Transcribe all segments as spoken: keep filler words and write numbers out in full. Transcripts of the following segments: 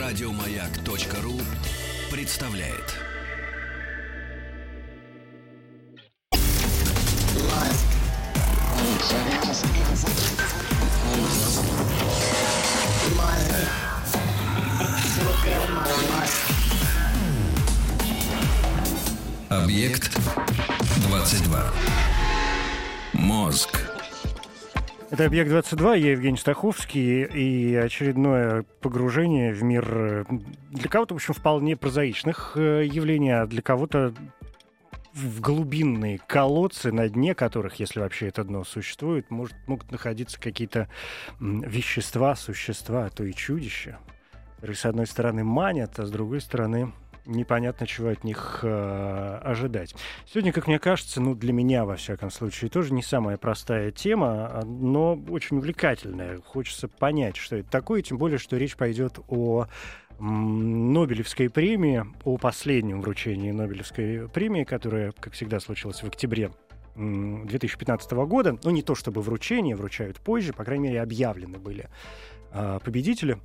Радиомаяк.ру представляет. Объект двадцать два. Мозг. Это «Объект двадцать два», я Евгений Стаховский, и очередное погружение в мир для кого-то, в общем, вполне прозаичных явлений, а для кого-то в глубинные колодцы, на дне которых, если вообще это дно существует, может, могут находиться какие-то вещества, существа, а то и чудища, которые, с одной стороны, манят, а с другой стороны, непонятно, чего от них э, ожидать. Сегодня, как мне кажется, ну, для меня, во всяком случае, тоже не самая простая тема, но очень увлекательная. Хочется понять, что это такое, тем более, что речь пойдет о м, Нобелевской премии, о последнем вручении Нобелевской премии, которая, как всегда, случилась в октябре две тысячи пятнадцатого года. Ну, не то чтобы вручение, вручают позже, по крайней мере, объявлены были э, победители.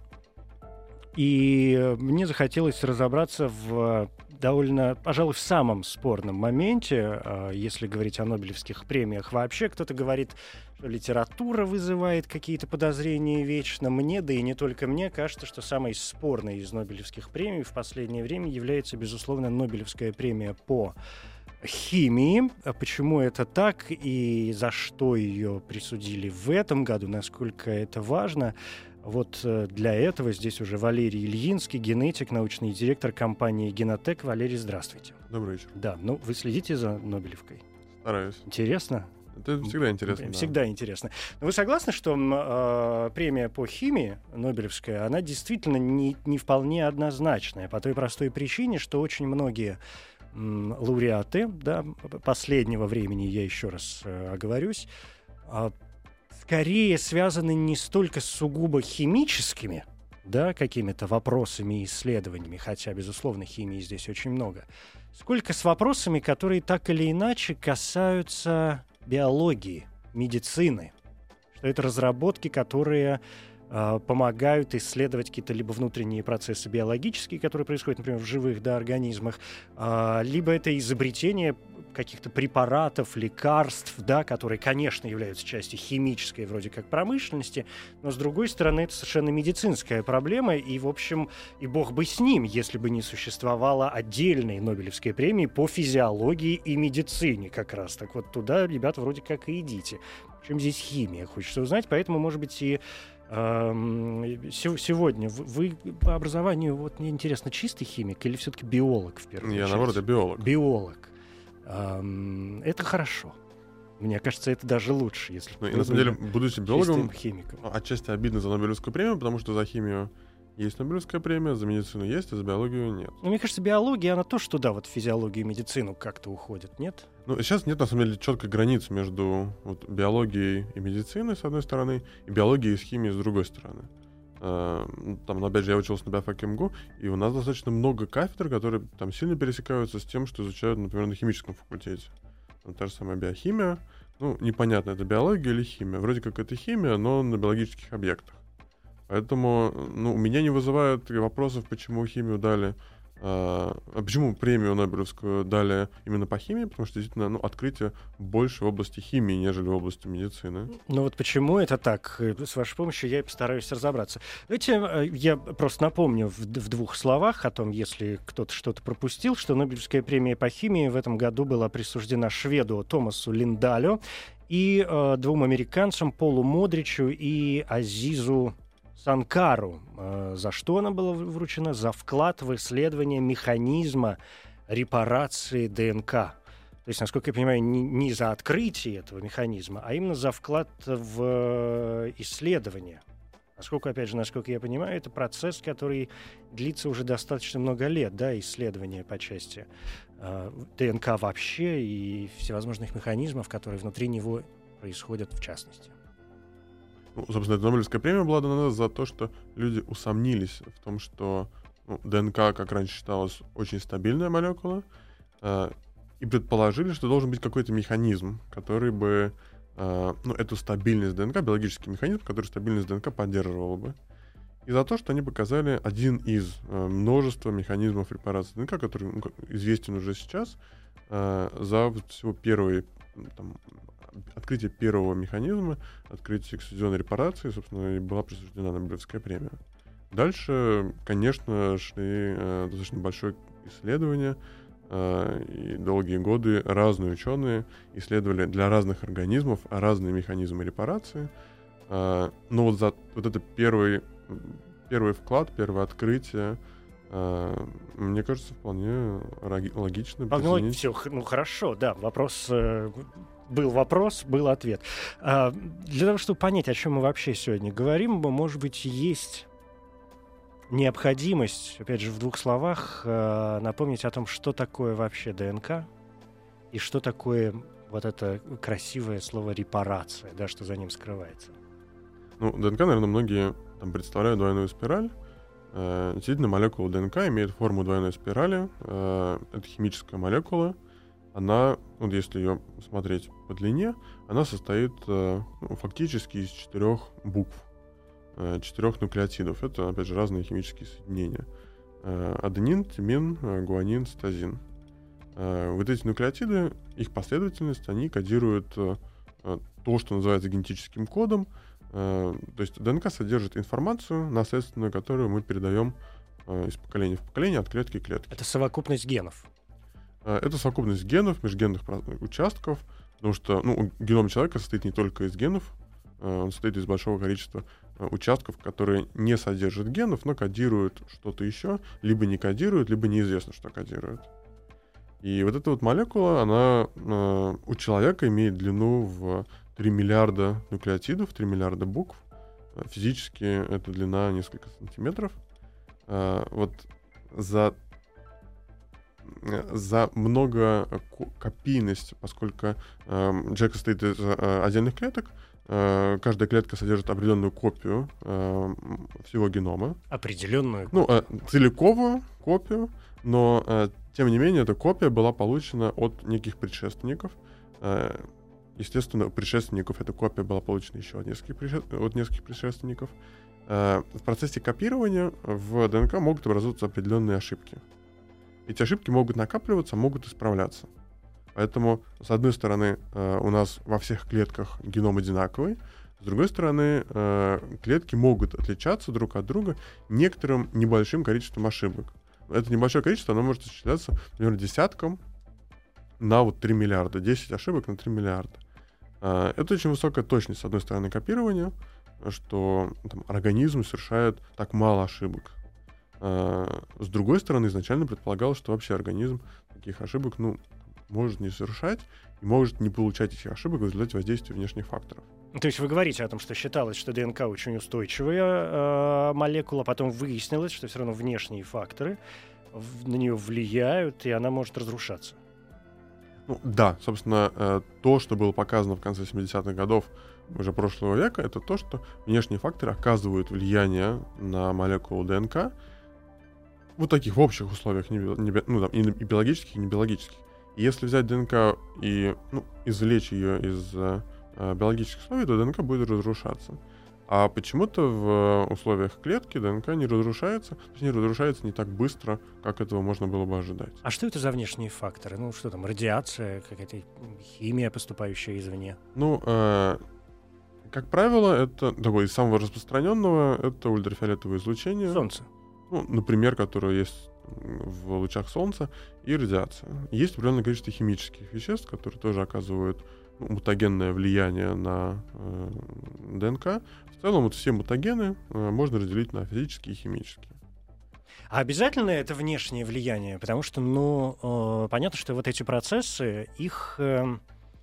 И мне захотелось разобраться в довольно, пожалуй, в самом спорном моменте, если говорить о нобелевских премиях вообще. Кто-то говорит, что литература вызывает какие-то подозрения вечно. Мне, да и не только мне, кажется, что самой спорной из нобелевских премий в последнее время является, безусловно, Нобелевская премия по химии. Почему это так и за что ее присудили в этом году, насколько это важно? Вот для этого здесь уже Валерий Ильинский, генетик, научный директор компании «Генотек». Валерий, здравствуйте. Добрый вечер. Да, ну вы следите за Нобелевкой? Стараюсь. Интересно? Это всегда интересно. Всегда да. интересно. Но вы согласны, что э, премия по химии Нобелевская, она действительно не, не вполне однозначная, по той простой причине, что очень многие м, лауреаты, да, последнего времени, я еще раз э, оговорюсь, э, скорее связаны не столько с сугубо химическими, да, какими-то вопросами и исследованиями, хотя, безусловно, химии здесь очень много, сколько с вопросами, которые так или иначе касаются биологии, медицины, что это разработки, которые э, помогают исследовать какие-то либо внутренние процессы биологические, которые происходят, например, в живых, да, организмах, э, либо это изобретение каких-то препаратов, лекарств, да, которые, конечно, являются частью химической, вроде как, промышленности, но, с другой стороны, это совершенно медицинская проблема, и, в общем, и бог бы с ним, если бы не существовало отдельной Нобелевской премии по физиологии и медицине как раз. Так вот, туда, ребята, вроде как и идите. В чем здесь химия, хочется узнать, поэтому, может быть, и сегодня вы по образованию, вот мне интересно, чистый химик или все-таки биолог в первую очередь? Я, наоборот, я биолог. Биолог. Это хорошо. Мне кажется, это даже лучше, если... Ну, и на самом деле, будучи биологом, химиком, отчасти обидно за Нобелевскую премию, потому что за химию есть Нобелевская премия, за медицину есть, а за биологию нет. Ну, мне кажется, биология, она то, что, да, вот физиологию и медицину как-то уходит, нет? Ну, сейчас нет, на самом деле, четкой границы между вот, биологией и медициной, с одной стороны, и биологией и с химией, с другой стороны. Там, опять же, я учился на биофаке МГУ, и у нас достаточно много кафедр, которые там сильно пересекаются с тем, что изучают, например, на химическом факультете. Там та же самая биохимия. Ну, непонятно, это биология или химия. Вроде как это химия, но на биологических объектах. Поэтому, ну, у меня не вызывают вопросов, почему химию дали, а почему премию Нобелевскую дали именно по химии, потому что действительно, ну, открытие больше в области химии, нежели в области медицины. Ну вот почему это так? С вашей помощью я и постараюсь разобраться. Давайте я просто напомню в, в двух словах о том, если кто-то что-то пропустил, что Нобелевская премия по химии в этом году была присуждена шведу Томасу Линдалю и э, двум американцам Полу Модричу и Азизу Санкару. За что она была вручена? За вклад в исследование механизма репарации ДНК. То есть, насколько я понимаю, не, не за открытие этого механизма, а именно за вклад в исследование. Насколько, опять же, насколько я понимаю, это процесс, который длится уже достаточно много лет, да, исследования по части э, ДНК вообще и всевозможных механизмов, которые внутри него происходят в частности. Ну, собственно, эта Нобелевская премия была дана за то, что люди усомнились в том, что ну, ДНК, как раньше считалось, очень стабильная молекула, э, и предположили, что должен быть какой-то механизм, который бы э, ну, эту стабильность ДНК, биологический механизм, который стабильность ДНК поддерживал бы. И и за то, что они показали один из э, множества механизмов репарации ДНК, который ну, известен уже сейчас, э, за всего первый, там, открытие первого механизма, открытие эксклюзионной репарации, собственно, и была присуждена Нобелевская премия. Дальше, конечно, шли э, достаточно большое исследование, э, и долгие годы разные ученые исследовали для разных организмов разные механизмы репарации. Э, но вот, за, вот это первый, первый вклад, первое открытие, э, мне кажется, вполне логично. Ну, все, ну хорошо, да, вопрос... Э... Был вопрос, был ответ. А, для того, чтобы понять, о чем мы вообще сегодня говорим, может быть, есть необходимость, опять же, в двух словах, а, напомнить о том, что такое вообще ДНК и что такое вот это красивое слово репарация, да, что за ним скрывается. Ну, ДНК, наверное, многие там представляют двойную спираль. Э, действительно, молекула ДНК имеет форму двойной спирали. Э, это химическая молекула. Она, вот если ее смотреть по длине, она состоит э, ну, фактически из четырех букв, э, четырех нуклеотидов. Это, опять же, разные химические соединения. Э, аденин, тимин, э, гуанин, цитозин. Э, вот эти нуклеотиды, их последовательность, они кодируют э, то, что называется генетическим кодом. Э, то есть ДНК содержит информацию наследственную, которую мы передаем э, из поколения в поколение, от клетки к клетке. Это совокупность генов. Это совокупность генов, межгенных участков, потому что ну, геном человека состоит не только из генов, он состоит из большого количества участков, которые не содержат генов, но кодируют что-то еще, либо не кодируют, либо неизвестно, что кодируют. И вот эта вот молекула, она у человека имеет длину в три миллиарда нуклеотидов, три миллиарда букв. Физически эта длина несколько сантиметров. Вот за за многокопийность, поскольку э, человек состоит из э, отдельных клеток, э, каждая клетка содержит определенную копию э, всего генома. Определенную? Ну, э, целиковую копию, но, э, тем не менее, эта копия была получена от неких предшественников. Э, естественно, у предшественников эта копия была получена еще от нескольких, предше... от нескольких предшественников. Э, в процессе копирования в ДНК могут образовываться определенные ошибки. Эти ошибки могут накапливаться, могут исправляться. Поэтому, с одной стороны, э, у нас во всех клетках геном одинаковый, с другой стороны, э, клетки могут отличаться друг от друга некоторым небольшим количеством ошибок. Это небольшое количество, оно может исчисляться, например, десятком на вот три миллиарда, десять ошибок на три миллиарда. Э, это очень высокая точность, с одной стороны, копирования, что там, организм совершает так мало ошибок. С другой стороны, изначально предполагалось, что вообще организм таких ошибок ну, может не совершать и может не получать этих ошибок в результате воздействия внешних факторов. То есть вы говорите о том, что считалось, что ДНК очень устойчивая э, молекула, потом выяснилось, что все равно внешние факторы в, на нее влияют, и она может разрушаться. Ну, да, собственно, э, то, что было показано в конце семидесятых годов уже прошлого века, это то, что внешние факторы оказывают влияние на молекулу ДНК, вот таких в общих условиях, не, не, ну, там, и, и биологических, и небиологических. И если взять ДНК и ну, извлечь ее из э, биологических условий, то ДНК будет разрушаться. А почему-то в условиях клетки ДНК не разрушается, то есть не разрушается не так быстро, как этого можно было бы ожидать. А что это за внешние факторы? Ну, что там, радиация, какая-то химия, поступающая извне? Ну, э, как правило, это такое из самого распространенного, это ультрафиолетовое излучение. Солнце. Ну, например, которое есть в лучах Солнца, и радиация. Есть определенное количество химических веществ, которые тоже оказывают ну, мутагенное влияние на э, ДНК. В целом, вот все мутагены э, можно разделить на физические и химические. А обязательно это внешнее влияние? Потому что, ну, э, понятно, что вот эти процессы, их... Э,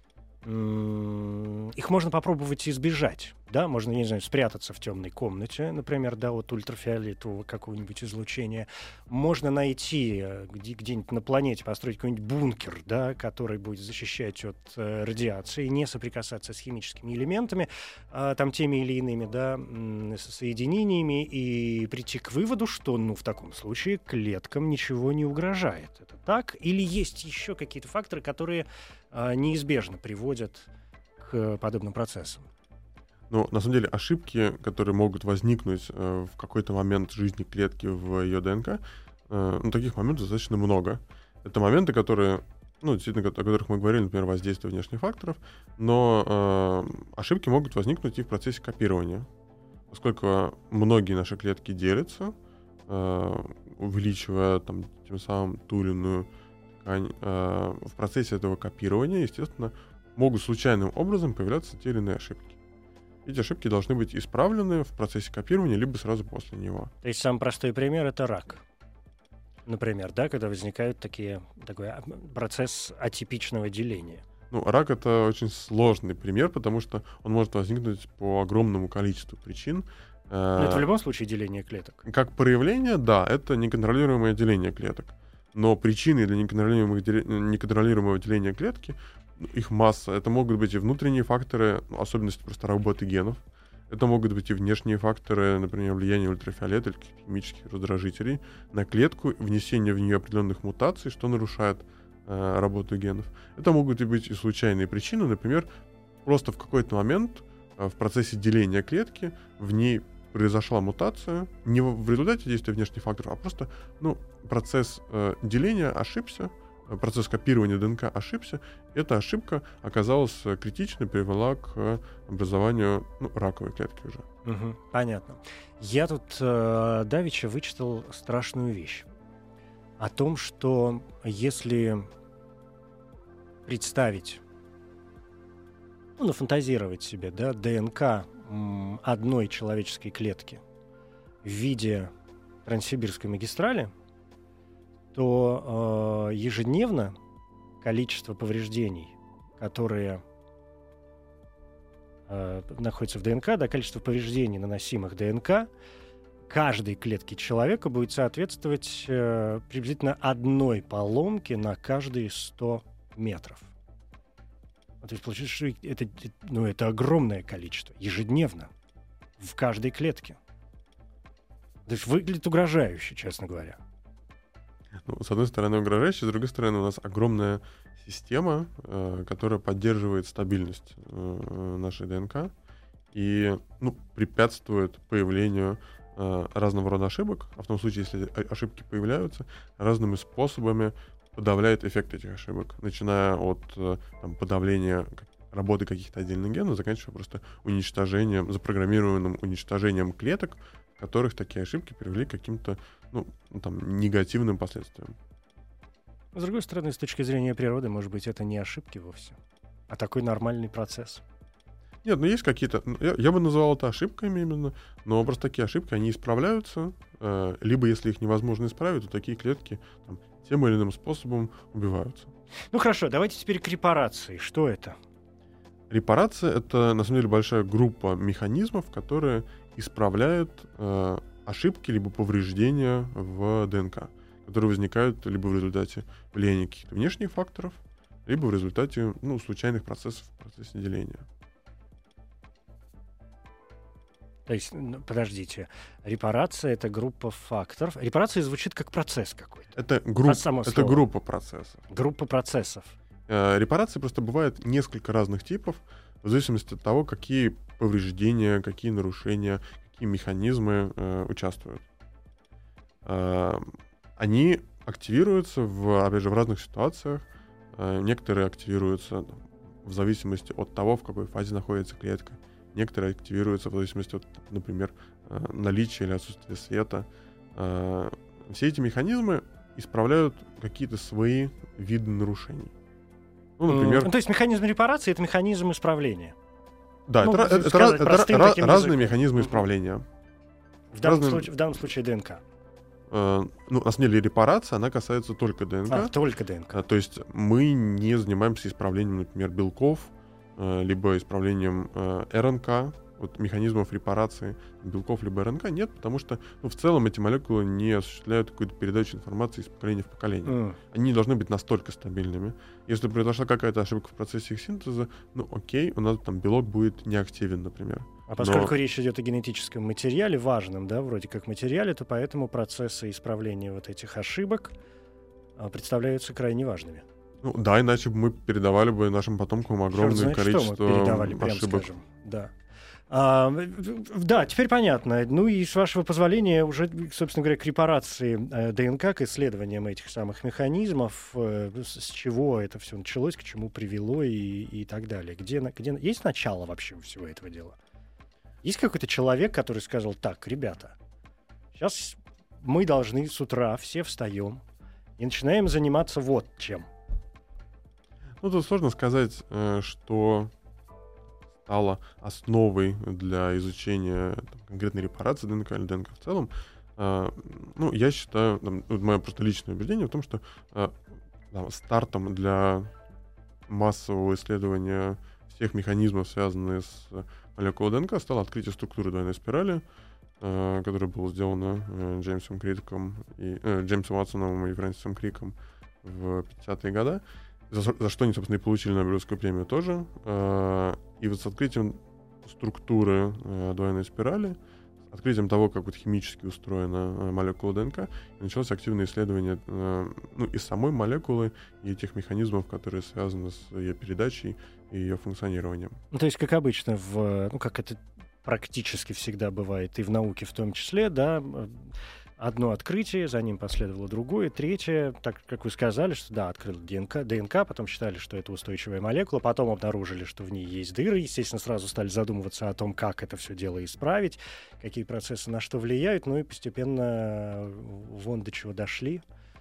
их можно попробовать избежать, да, можно, не знаю, спрятаться в темной комнате, например, да, от ультрафиолетового какого-нибудь излучения, можно найти где- где-нибудь на планете, построить какой-нибудь бункер, да, который будет защищать от э, радиации, не соприкасаться с химическими элементами, э, там теми или иными, да, соединениями, и прийти к выводу, что, ну, в таком случае клеткам ничего не угрожает. Это так? Или есть еще какие-то факторы, которые неизбежно приводят к подобным процессам? Но на самом деле ошибки, которые могут возникнуть э, в какой-то момент жизни клетки в ее ДНК, э, ну, таких моментов достаточно много. Это моменты, которые, ну, действительно, о которых мы говорили, например, воздействие внешних факторов, но э, ошибки могут возникнуть и в процессе копирования. Поскольку многие наши клетки делятся, э, увеличивая там, тем самым ту или иную ткань, э, в процессе этого копирования, естественно, могут случайным образом появляться те или иные ошибки. Эти ошибки должны быть исправлены в процессе копирования, либо сразу после него. То есть самый простой пример — это рак. Например, да, когда возникают такие, такой процесс атипичного деления. Ну, рак — это очень сложный пример, потому что он может возникнуть по огромному количеству причин. Но это в любом случае деление клеток. Как проявление, да, это неконтролируемое деление клеток. Но причины для неконтролируемого деления, неконтролируемого деления клетки, их масса. Это могут быть и внутренние факторы, особенности просто работы генов. Это могут быть и внешние факторы, например, влияние ультрафиолета или химических раздражителей на клетку, внесение в нее определенных мутаций, что нарушает э, работу генов. Это могут и быть и случайные причины, например, просто в какой-то момент э, в процессе деления клетки в ней произошла мутация, не в, в результате действия внешних факторов, а просто ну, процесс э, деления ошибся, процесс копирования ДНК ошибся, эта ошибка оказалась критичной, привела к образованию ну, раковой клетки уже. Угу, понятно. Я тут э, давеча вычитал страшную вещь о том, что если представить, ну, нафантазировать себе, да, ДНК м, одной человеческой клетки в виде Транссибирской магистрали, то э, ежедневно количество повреждений, которые э, находятся в ДНК, да, количество повреждений, наносимых ДНК, каждой клетке человека будет соответствовать э, приблизительно одной поломке на каждые сто метров. То есть получается, что это, ну, это огромное количество, ежедневно, в каждой клетке. То есть выглядит угрожающе, честно говоря. Ну, с одной стороны угрожающе, с другой стороны у нас огромная система, э, которая поддерживает стабильность э, нашей ДНК и ну, препятствует появлению э, разного рода ошибок, а в том случае, если ошибки появляются, разными способами подавляет эффект этих ошибок, начиная от э, там, подавления работы каких-то отдельных генов, заканчивая просто уничтожением, запрограммированным уничтожением клеток, в которых такие ошибки привели к каким-то ну, там, негативным последствиям. С другой стороны, с точки зрения природы, может быть, это не ошибки вовсе, а такой нормальный процесс. Нет, ну есть какие-то... Я, я бы называл это ошибками именно, но просто такие ошибки, они исправляются, э, либо если их невозможно исправить, то такие клетки там, тем или иным способом убиваются. Ну хорошо, давайте теперь к репарации. Что это? Репарация — это, на самом деле, большая группа механизмов, которые исправляют э, ошибки либо повреждения в ДНК, которые возникают либо в результате влияния каких-то внешних факторов, либо в результате ну, случайных процессов в процессе деления. То есть, ну, подождите, репарация — это группа факторов. Репарация звучит как процесс какой-то. Это, групп, само это слово. группа процессов. Группа процессов. Э, репарации просто бывает несколько разных типов, в зависимости от того, какие повреждения, какие нарушения, какие механизмы э, участвуют. Э, они активируются в, опять же, в разных ситуациях. Э, некоторые активируются там, в зависимости от того, в какой фазе находится клетка. Некоторые активируются в зависимости от, например, э, наличия или отсутствия света. Э, все эти механизмы исправляют какие-то свои виды нарушений. Ну, например... Mm, то есть механизм репарации — это механизм исправления. Да, ну, это, это, это, это раз, разные механизмы исправления. В данном, разные... случае, в данном случае ДНК. Э, ну, на самом деле, репарация, она касается только ДНК. А, только ДНК. А, то есть мы не занимаемся исправлением, например, белков, э, либо исправлением э, РНК, вот механизмов репарации белков либо РНК нет, потому что ну, в целом эти молекулы не осуществляют какую-то передачу информации из поколения в поколение. Mm. Они не должны быть настолько стабильными. Если произошла какая-то ошибка в процессе их синтеза, ну окей, у нас там белок будет неактивен, например. А поскольку Но... речь идет о генетическом материале, важном, да, вроде как материале, то поэтому процессы исправления вот этих ошибок а, представляются крайне важными. Ну да, иначе бы мы передавали бы нашим потомкам огромное знает, количество что мы передавали, прям ошибок. скажем. Да. А, да, теперь понятно. Ну и с вашего позволения уже, собственно говоря, к репарации э, ДНК, к исследованиям этих самых механизмов, э, с, с чего это все началось, к чему привело и, и так далее. Где, где есть начало вообще у всего этого дела? Есть какой-то человек, который сказал: так, ребята, сейчас мы должны с утра все встаем и начинаем заниматься вот чем. Ну, тут сложно сказать, э, что стало основой для изучения там, конкретной репарации ДНК или ДНК в целом. Э, ну, я считаю, там, вот мое просто личное убеждение в том, что э, там, стартом для массового исследования всех механизмов, связанных с молекулой ДНК, стало открытие структуры двойной спирали, э, которое было сделано э, Джеймсом Криком и э, Джеймсом Ватсоном и Фрэнсисом Криком в пятидесятые годы. За, за что они, собственно, и получили Нобелевскую премию тоже. Э, и вот с открытием структуры э, двойной спирали, с открытием того, как вот химически устроена э, молекула ДНК, началось активное исследование э, ну, и самой молекулы, и тех механизмов, которые связаны с ее передачей и ее функционированием. Ну, то есть, как обычно, в, ну, как это практически всегда бывает, и в науке в том числе, да, одно открытие, за ним последовало другое, третье, так как вы сказали, что да, открыли ДНК, ДНК, потом считали, что это устойчивая молекула, потом обнаружили, что в ней есть дыры, естественно, сразу стали задумываться о том, как это все дело исправить, какие процессы на что влияют, ну и постепенно вон до чего дошли.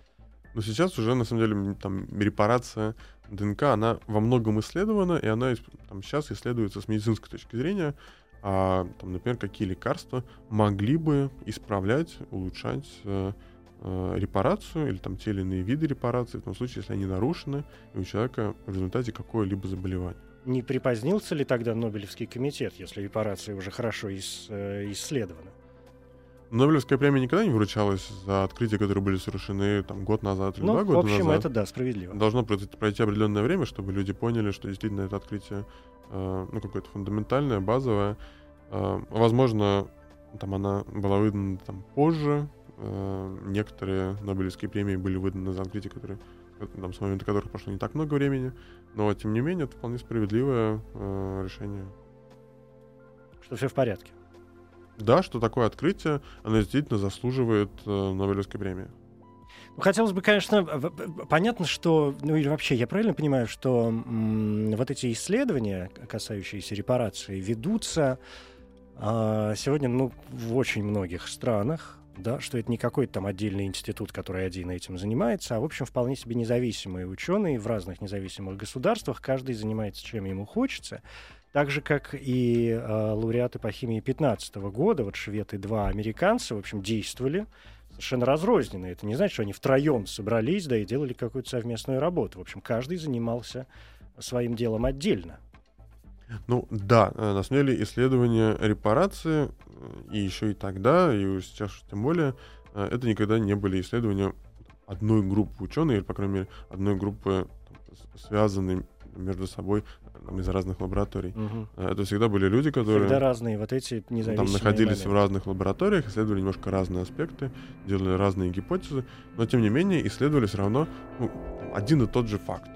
Но сейчас уже, на самом деле, там, репарация ДНК, она во многом исследована, и она там, сейчас исследуется с медицинской точки зрения. А, там, например, какие лекарства могли бы исправлять, улучшать э, э, репарацию или там, те или иные виды репарации, в том случае, если они нарушены, и у человека в результате какое-либо заболевание. Не припозднился ли тогда Нобелевский комитет, если репарация уже хорошо ис, э, исследована? Нобелевская премия никогда не вручалась за открытия, которые были совершены там, год назад или ну, два года назад. в общем, это да, справедливо. Должно пройти, пройти определенное время, чтобы люди поняли, что действительно это открытие э, ну, какое-то фундаментальное, базовое. Э, возможно, там она была выдана там, позже. Э, некоторые Нобелевские премии были выданы за открытия, которые, там, с момента которых прошло не так много времени. Но, тем не менее, это вполне справедливое э, решение. Что все в порядке. Да, что такое открытие, оно действительно заслуживает э, Нобелевской премии. Ну, хотелось бы, конечно, понятно, что, ну или вообще, я правильно понимаю, что м- вот эти исследования, касающиеся репарации, ведутся э, сегодня, ну, в очень многих странах, да, что это не какой-то там отдельный институт, который один этим занимается, а, в общем, вполне себе независимые ученые в разных независимых государствах, каждый занимается чем ему хочется. Так же, как и э, лауреаты по химии пятнадцатого года, вот швед и два американца, в общем, действовали совершенно разрозненно. Это не значит, что они втроем собрались, да, и делали какую-то совместную работу. В общем, каждый занимался своим делом отдельно. Ну да, на самом деле исследование репарации и еще и тогда, и сейчас тем более, это никогда не были исследования одной группы ученых, или, по крайней мере, одной группы, там, связанной между собой там, из разных лабораторий. Угу. Это всегда были люди, которые... Всегда разные вот эти независимые там находились моменты. В разных лабораториях, исследовали немножко разные аспекты, делали разные гипотезы, но тем не менее исследовали все равно ну, один и тот же факт.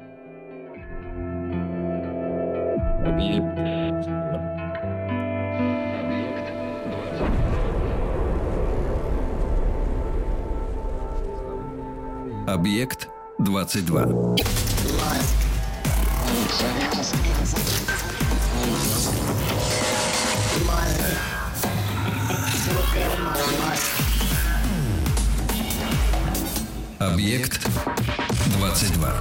Объект двадцать два. Объект двадцать два.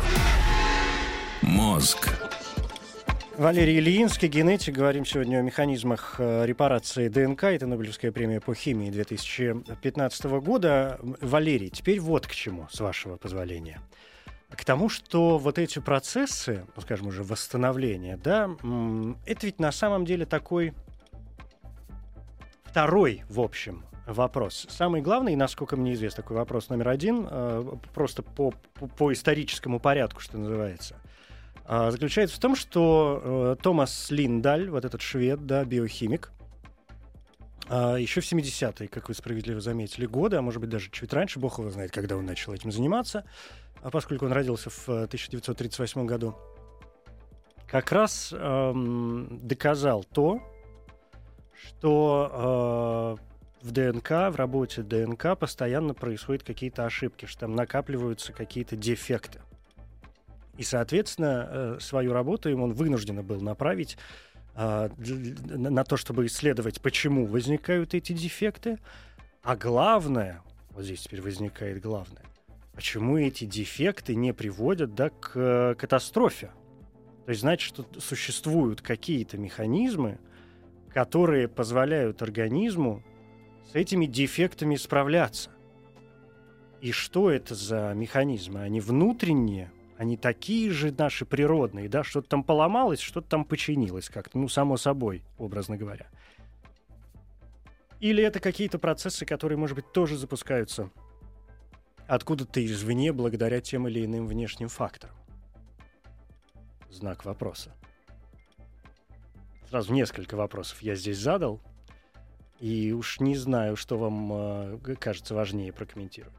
Мозг. Валерий Ильинский, генетик. Говорим сегодня о механизмах э, репарации ДНК. Это Нобелевская премия по химии две тысячи пятнадцатого года. Валерий, теперь вот к чему, с вашего позволения. К тому, что вот эти процессы, ну, скажем уже, восстановления, да, м- это ведь на самом деле такой второй, в общем, вопрос. Самый главный, насколько мне известно, такой вопрос номер один, э, просто по, по, по историческому порядку, что называется, э, заключается в том, что э, Томас Линдаль, вот этот швед, да, биохимик, э, еще в семидесятые, как вы справедливо заметили, годы, а может быть даже чуть раньше, бог его знает, когда он начал этим заниматься, а поскольку он родился в тысяча девятьсот тридцать восьмом году, как раз эм, доказал то, что э, в ДНК, в работе ДНК постоянно происходят какие-то ошибки, что там накапливаются какие-то дефекты. И, соответственно, э, свою работу им он вынужден был направить э, для, на то, чтобы исследовать, почему возникают эти дефекты. А главное, вот здесь теперь возникает главное, почему эти дефекты не приводят, да, к э, катастрофе. То есть, значит, что существуют какие-то механизмы, которые позволяют организму с этими дефектами справляться. И что это за механизмы? Они внутренние, они такие же наши природные, да, что-то там поломалось, что-то там починилось как-то, ну, само собой, образно говоря. Или это какие-то процессы, которые, может быть, тоже запускаются откуда-то извне, благодаря тем или иным внешним факторам? Знак вопроса. Сразу несколько вопросов я здесь задал, и уж не знаю, что вам э, кажется важнее прокомментировать.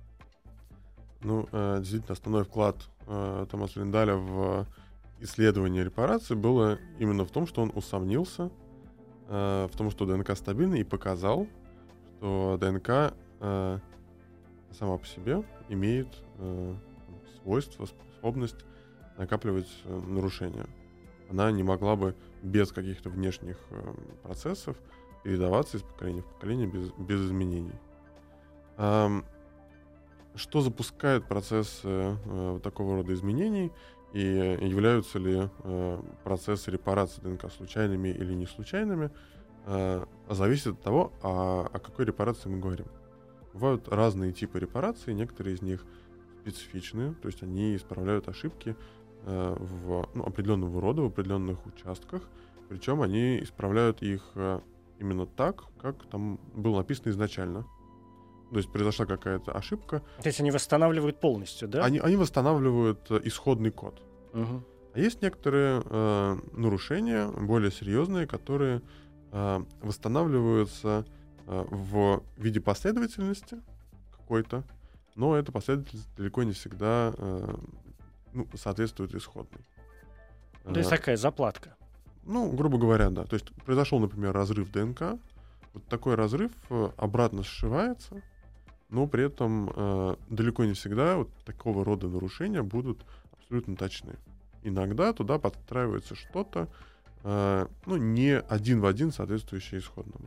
Ну, э, действительно, основной вклад э, Томаса Линдаля в исследование репарации было именно в том, что он усомнился э, в том, что ДНК стабильна, и показал, что ДНК э, сама по себе имеет э, свойство, способность накапливать э, нарушения. Она не могла бы без каких-то внешних э, процессов передаваться из поколения в поколение без, без изменений. Эм, что запускает процесс э, э, такого рода изменений, и являются ли э, процессы репарации ДНК случайными или не случайными, э, зависит от того, о, о какой репарации мы говорим. Бывают разные типы репараций, некоторые из них специфичные, то есть они исправляют ошибки э, в, ну, определенного рода, в определенных участках, причем они исправляют их э, именно так, как там было написано изначально. То есть произошла какая-то ошибка. То есть они восстанавливают полностью, да? Они, они восстанавливают э, исходный код. Угу. А есть некоторые э, нарушения, более серьезные, которые э, восстанавливаются э, в виде последовательности какой-то, но эта последовательность далеко не всегда э, ну, соответствует исходной. То есть такая заплатка. Ну, грубо говоря, да. То есть произошел, например, разрыв ДНК. Вот такой разрыв э, обратно сшивается, но при этом э, далеко не всегда вот такого рода нарушения будут абсолютно точны. Иногда туда подстраивается что-то, э, ну, не один в один соответствующее исходному.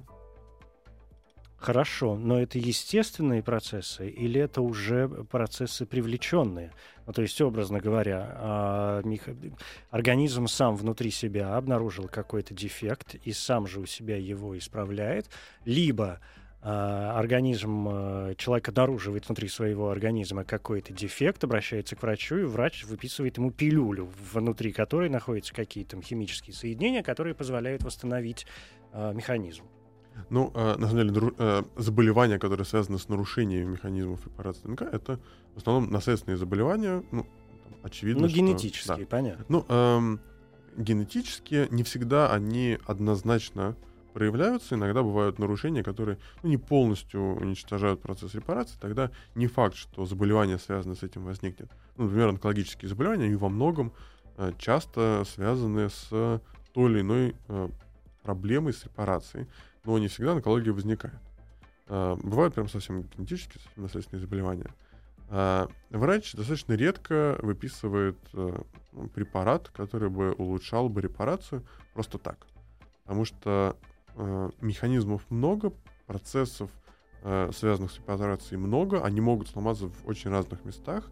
Хорошо, но это естественные процессы или это уже процессы привлеченные? Ну, то есть, образно говоря, а, мех... организм сам внутри себя обнаружил какой-то дефект и сам же у себя его исправляет, либо а, организм, а, человек обнаруживает внутри своего организма какой-то дефект, обращается к врачу, и врач выписывает ему пилюлю, внутри которой находятся какие-то химические соединения, которые позволяют восстановить а, механизм. Ну, э, на самом деле, э, заболевания, которые связаны с нарушением механизмов репарации ДНК, это в основном наследственные заболевания, ну, там, очевидно, Ну, что... генетические, да. понятно. Ну, эм, генетические не всегда они однозначно проявляются. Иногда бывают нарушения, которые, ну, не полностью уничтожают процесс репарации. Тогда не факт, что заболевание, связанное с этим, возникнет. Ну, например, онкологические заболевания, они во многом э, часто связаны с той или иной э, проблемой с репарацией. Но не всегда онкология возникает. А, бывают прям совсем генетические, совсем наследственные заболевания. А, врач достаточно редко выписывает а, препарат, который бы улучшал бы репарацию просто так. Потому что а, механизмов много, процессов, а, связанных с репарацией, много, они могут сломаться в очень разных местах,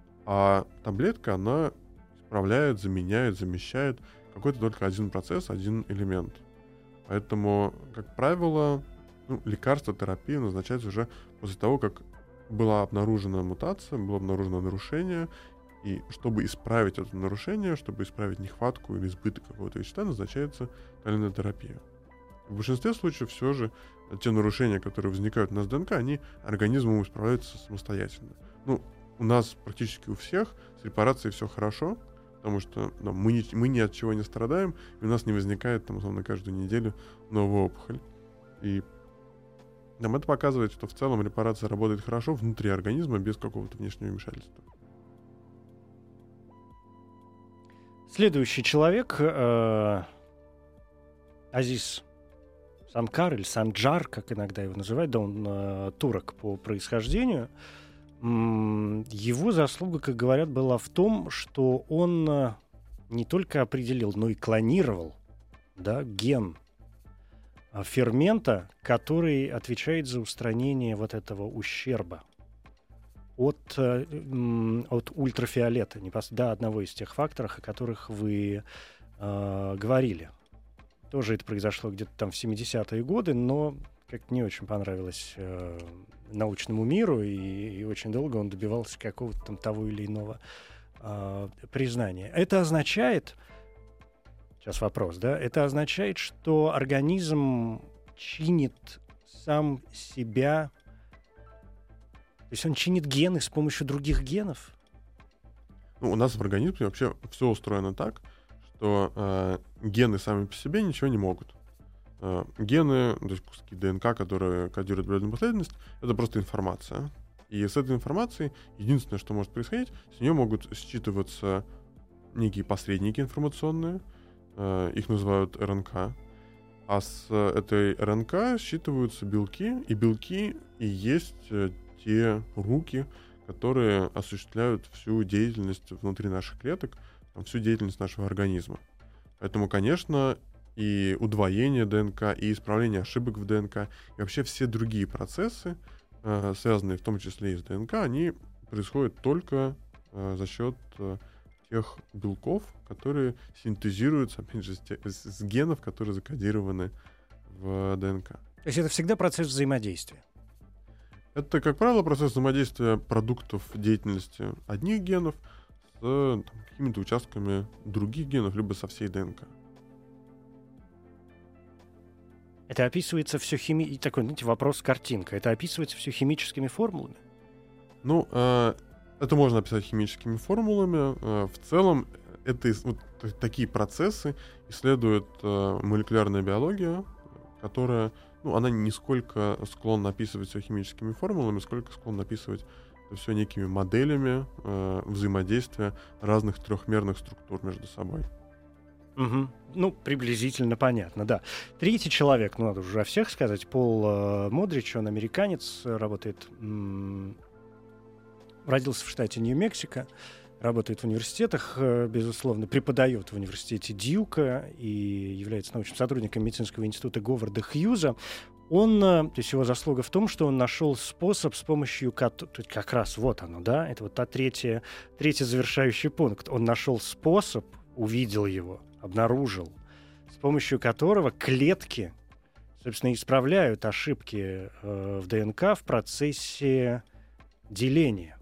а таблетка, она исправляет, заменяет, замещает какой-то только один процесс, один элемент. Поэтому, как правило, ну, лекарство, терапия назначается уже после того, как была обнаружена мутация, было обнаружено нарушение, и чтобы исправить это нарушение, чтобы исправить нехватку или избыток какого-то вещества, назначается калийная терапия. В большинстве случаев все же те нарушения, которые возникают у нас в ДНК, они организмом исправляются самостоятельно. Ну, у нас практически у всех с репарацией все хорошо, потому что да, мы, ни, мы ни от чего не страдаем, и у нас не возникает, там, условно, каждую неделю новая опухоль. И нам это показывает, что в целом репарация работает хорошо внутри организма, без какого-то внешнего вмешательства. Следующий человек, э, Азиз Санкар или Санджар, как иногда его называют, да, он э, турок по происхождению. М, Его заслуга, как говорят, была в том, что он э, не только определил, но и клонировал, да, ген э, фермента, который отвечает за устранение вот этого ущерба от, э, м, от ультрафиолета, непос- да, одного из тех факторов, о которых вы э, говорили. Тоже это произошло где-то там в семидесятые годы, но как-то не очень понравилось э, научному миру, и, и очень долго он добивался какого-то там того или иного э, признания. Это означает, сейчас вопрос, да, это означает, что организм чинит сам себя, то есть он чинит гены с помощью других генов? Ну, у нас в организме вообще все устроено так, что э, гены сами по себе ничего не могут. Э, гены, то есть куски ДНК, которые кодируют определенную последовательность, это просто информация. И с этой информацией единственное, что может происходить, с нее могут считываться некие посредники информационные, э, их называют РНК, а с этой РНК считываются белки, и белки и есть э, те руки, которые осуществляют всю деятельность внутри наших клеток, всю деятельность нашего организма. Поэтому, конечно, и удвоение ДНК, и исправление ошибок в ДНК, и вообще все другие процессы, э, связанные в том числе и с ДНК, они происходят только э, за счет э, тех белков, которые синтезируются, опять же, с, те, с, с генов, которые закодированы в ДНК. То есть это всегда процесс взаимодействия? Это, как правило, процесс взаимодействия продуктов деятельности одних генов с там, какими-то участками других генов, либо со всей ДНК. Это описывается все хими... и такой, знаете, вопрос-картинка. Это описывается все химическими формулами? Ну, э, это можно описать химическими формулами. Э, в целом, это ис- вот т- такие процессы исследует э, молекулярная биология, которая, ну, она не сколько склонна описывать все химическими формулами, сколько склонна описывать все некими моделями э, взаимодействия разных трехмерных структур между собой. Угу. Ну, приблизительно понятно, да. Третий человек, ну, надо уже о всех сказать, Пол э, Модрич, он американец, работает, м- родился в штате Нью-Мексико, работает в университетах, э, безусловно, преподает в университете Дьюка и является научным сотрудником медицинского института Говарда Хьюза. Он, э, то есть его заслуга в том, что он нашел способ, с помощью кото- то есть как раз вот оно, да, это вот та третья, третий завершающий пункт. Он нашел способ, увидел его, обнаружил, с помощью которого клетки, собственно, исправляют ошибки э, в ДНК в процессе деления.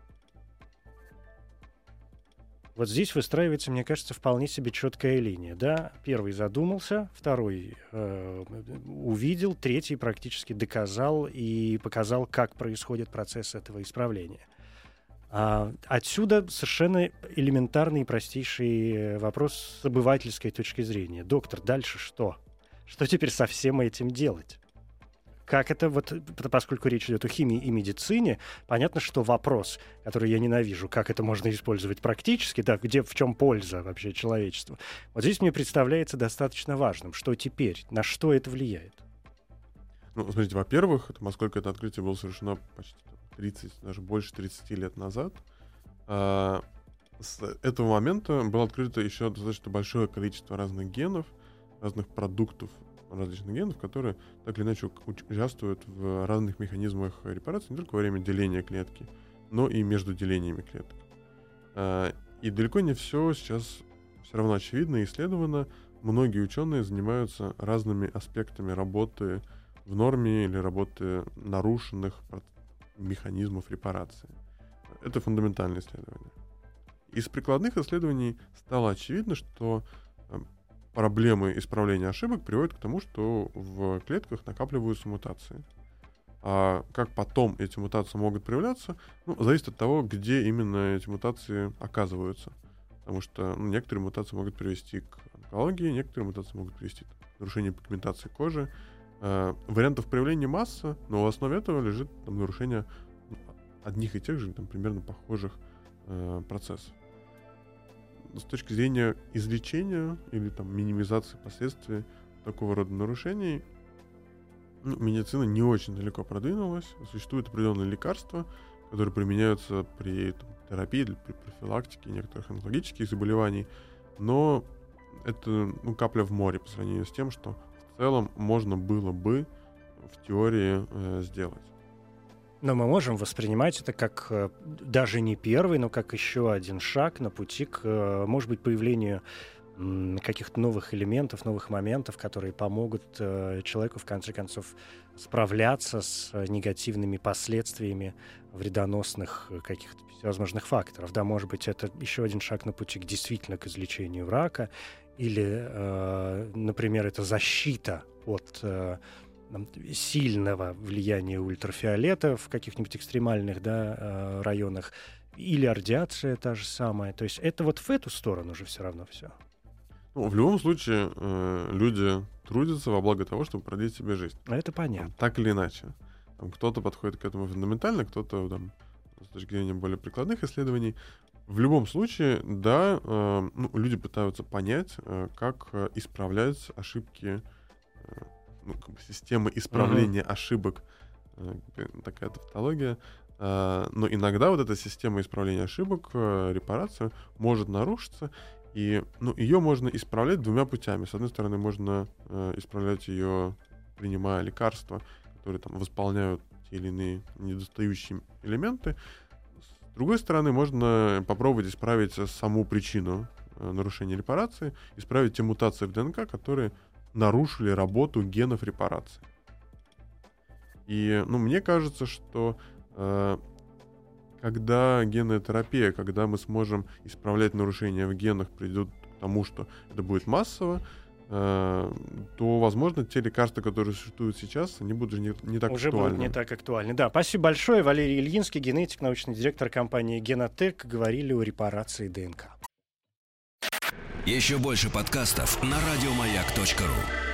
Вот здесь выстраивается, мне кажется, вполне себе четкая линия. Да? Первый задумался, второй э, увидел, третий практически доказал и показал, как происходит процесс этого исправления. А отсюда совершенно элементарный и простейший вопрос с обывательской точки зрения. Доктор, дальше что? Что теперь со всем этим делать? Как это, вот, поскольку речь идет о химии и медицине, понятно, что вопрос, который я ненавижу, как это можно использовать практически, да, где, в чем польза вообще человечеству, вот здесь мне представляется достаточно важным. Что теперь? На что это влияет? Ну, смотрите, во-первых, это, поскольку это открытие было совершено почти тридцать, даже больше тридцати лет назад, а, с этого момента было открыто еще достаточно большое количество разных генов, разных продуктов различных генов, которые так или иначе участвуют в разных механизмах репарации не только во время деления клетки, но и между делениями клеток. И далеко не все сейчас все равно очевидно и исследовано. Многие ученые занимаются разными аспектами работы в норме или работы нарушенных механизмов репарации. Это фундаментальное исследование. Из прикладных исследований стало очевидно, что проблемы исправления ошибок приводят к тому, что в клетках накапливаются мутации. А как потом эти мутации могут проявляться, ну, зависит от того, где именно эти мутации оказываются. Потому что ну, некоторые мутации могут привести к онкологии, некоторые мутации могут привести к нарушению пигментации кожи. Э, вариантов проявления масса, но в основе этого лежит там, нарушение одних и тех же, там, примерно похожих э, процессов. С точки зрения излечения или там, минимизации последствий такого рода нарушений, Ну, медицина не очень далеко продвинулась. Существуют определенные лекарства, которые применяются при там, терапии, при профилактике некоторых онкологических заболеваний. Но это ну, капля в море по сравнению с тем, что в целом можно было бы в теории э, сделать. Но мы можем воспринимать это как э, даже не первый, но как еще один шаг на пути к, э, может быть, появлению м, каких-то новых элементов, новых моментов, которые помогут э, человеку, в конце концов, справляться с э, негативными последствиями вредоносных э, каких-то всевозможных факторов. Да, может быть, это еще один шаг на пути к действительно к излечению рака, или, э, например, это защита от э, сильного влияния ультрафиолета в каких-нибудь экстремальных, да, э, районах, или радиация та же самая. То есть это вот в эту сторону же все равно все. Ну, в любом случае, э, люди трудятся во благо того, чтобы продлить себе жизнь. Это понятно. Там, так или иначе. Там, кто-то подходит к этому фундаментально, кто-то там, с точки зрения более прикладных исследований. В любом случае, да, э, ну, люди пытаются понять, э, как э, исправлять ошибки, э, ну, как бы системы исправления uh-huh. ошибок, э, такая тавтология. Э, но иногда вот эта система исправления ошибок, э, репарация, может нарушиться, и ну, ее можно исправлять двумя путями. С одной стороны, можно э, исправлять ее, принимая лекарства, которые там восполняют те или иные недостающие элементы. С другой стороны, можно попробовать исправить саму причину э, нарушения репарации, исправить те мутации в ДНК, которые нарушили работу генов репарации. И ну, мне кажется, что э, когда генная терапия, когда мы сможем исправлять нарушения в генах, придет к тому, что это будет массово, э, то, возможно, те лекарства, которые существуют сейчас, они будут уже не, не так уже актуальны. Уже будут не так актуальны. Да, спасибо большое. Валерий Ильинский, генетик, научный директор компании «Генотек». Говорили о репарации ДНК. Еще больше подкастов на радиомаяк точка ру.